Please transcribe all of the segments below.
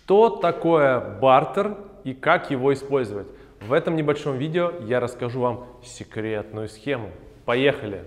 Что такое бартер и как его использовать? В этом небольшом видео я расскажу вам секретную схему. Поехали!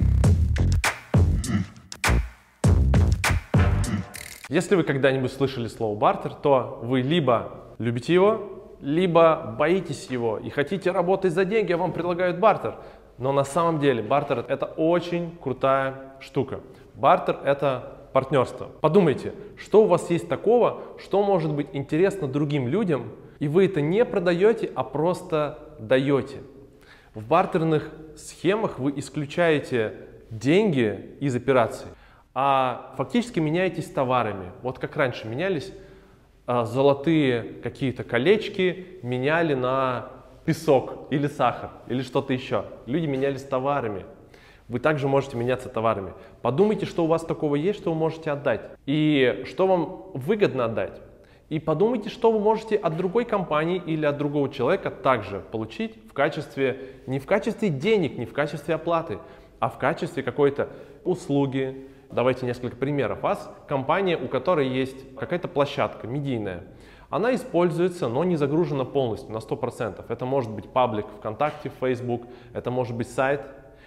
Если вы когда-нибудь слышали слово бартер, то вы либо любите его, либо боитесь его и хотите работать за деньги, а вам предлагают бартер. Но на самом деле бартер — это очень крутая штука. Бартер — это партнерство. Подумайте, что у вас есть такого, что может быть интересно другим людям, и вы это не продаете, а просто даете. В бартерных схемах вы исключаете деньги из операций, а фактически меняетесь товарами. Вот как раньше менялись золотые какие-то колечки, меняли на песок или сахар или что-то еще. Люди менялись товарами. Вы также можете меняться товарами. Подумайте, что у вас такого есть, что вы можете отдать. И что вам выгодно отдать. И подумайте, что вы можете от другой компании или от другого человека также получить в качестве, не в качестве денег, не в качестве оплаты, а в качестве какой-то услуги. Давайте несколько примеров. У вас компания, у которой есть какая-то площадка медийная. Она используется, но не загружена полностью, на 100%. Это может быть паблик ВКонтакте, Facebook, это может быть сайт.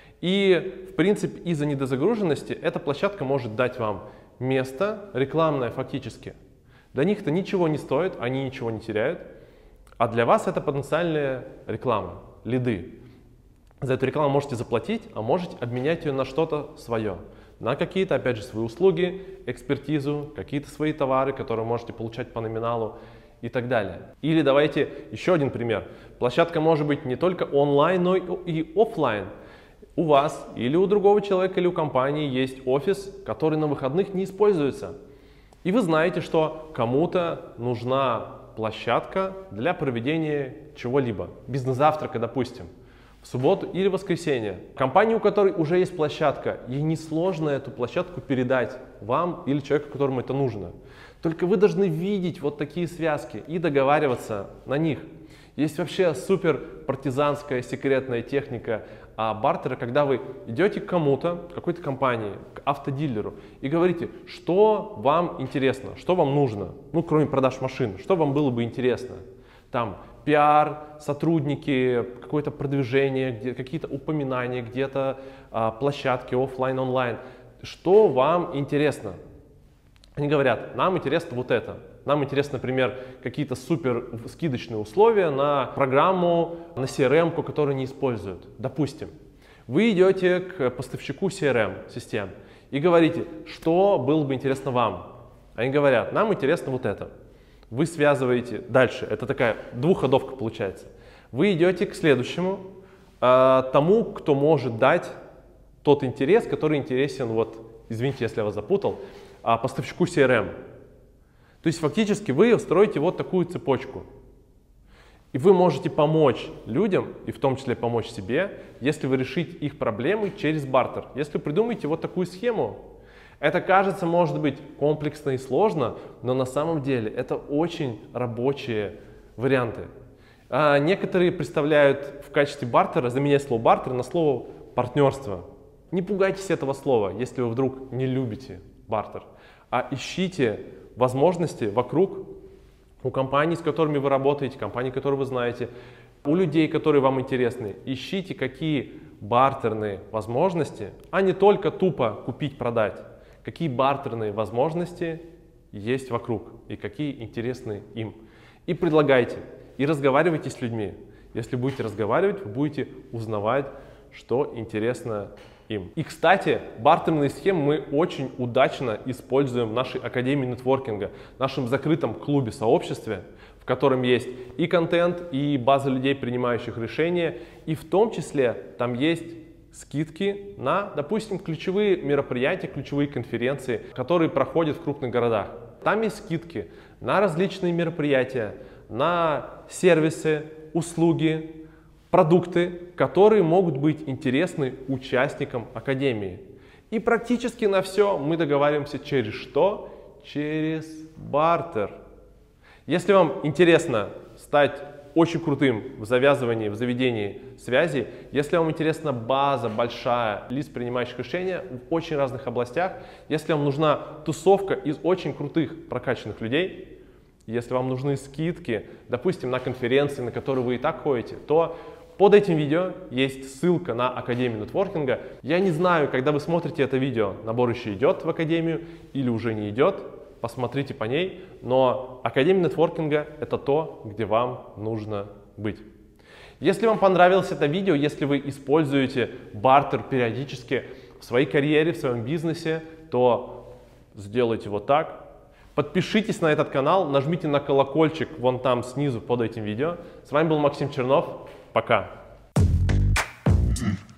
И, в принципе, из-за недозагруженности эта площадка может дать вам место рекламное фактически. Для них это ничего не стоит, они ничего не теряют, а для вас это потенциальная реклама, лиды. За эту рекламу можете заплатить, а можете обменять ее на что-то свое. На какие-то, опять же, свои услуги, экспертизу, какие-то свои товары, которые можете получать по номиналу и так далее. Или давайте еще один пример. Площадка может быть не только онлайн, но и офлайн. У вас или у другого человека или у компании есть офис, который на выходных не используется. И вы знаете, что кому-то нужна площадка для проведения чего-либо. Бизнес-завтрака, допустим, в субботу или воскресенье. Компания, у которой уже есть площадка, ей несложно эту площадку передать вам или человеку, которому это нужно. Только вы должны видеть вот такие связки и договариваться на них. Есть вообще супер партизанская секретная техника бартера, когда вы идете к кому-то, к какой-то компании, к автодилеру и говорите, что вам интересно, что вам нужно, ну кроме продаж машин, что вам было бы интересно. Там пиар, сотрудники, какое-то продвижение, какие-то упоминания, где-то площадки офлайн, онлайн. Что вам интересно? Они говорят, нам интересно вот это. Нам интересно, например, какие-то супер скидочные условия на программу, на CRM, которую не используют. Допустим, вы идете к поставщику CRM-систем и говорите, что было бы интересно вам. Они говорят, нам интересно вот это. Вы связываете дальше, это такая двухходовка получается. Вы идете к следующему, тому, кто может дать тот интерес, который интересен, вот, извините, если я вас запутал, поставщику CRM. То есть фактически вы строите вот такую цепочку. И вы можете помочь людям, и в том числе помочь себе, если вы решите их проблемы через бартер. Если придумаете вот такую схему, это кажется, может быть, комплексно и сложно, но на самом деле это очень рабочие варианты. Некоторые представляют в качестве бартера, заменяя слово бартер на слово партнерство. Не пугайтесь этого слова, если вы вдруг не любите бартер, а ищите возможности вокруг у компаний, с которыми вы работаете, компаний, которые вы знаете, у людей, которые вам интересны. Ищите, какие бартерные возможности, а не только тупо купить-продать. Какие бартерные возможности есть вокруг и какие интересны им. И предлагайте, и разговаривайте с людьми. Если будете разговаривать, вы будете узнавать, что интересно им. И, кстати, бартерные схемы мы очень удачно используем в нашей Академии нетворкинга, в нашем закрытом клубе, сообществе, в котором есть и контент, и база людей, принимающих решения, и в том числе там есть скидки на, допустим, ключевые мероприятия, ключевые конференции, которые проходят в крупных городах. Там есть скидки на различные мероприятия, на сервисы, услуги, продукты, которые могут быть интересны участникам Академии. И практически на все мы договариваемся через что? Через бартер. Если вам интересно стать очень крутым в завязывании, в заведении связей, если вам интересна база большая лиц, принимающих решения в очень разных областях, если вам нужна тусовка из очень крутых прокачанных людей, если вам нужны скидки, допустим, на конференции, на которые вы и так ходите, то под этим видео есть ссылка на Академию нетворкинга. Я не знаю, когда вы смотрите это видео, набор еще идет в Академию или уже не идет, посмотрите по ней, но Академия нетворкинга — это то, где вам нужно быть. Если вам понравилось это видео, если вы используете бартер периодически в своей карьере, в своем бизнесе, то сделайте вот так. Подпишитесь на этот канал, нажмите на колокольчик вон там снизу под этим видео. С вами был Максим Чернов. Пока.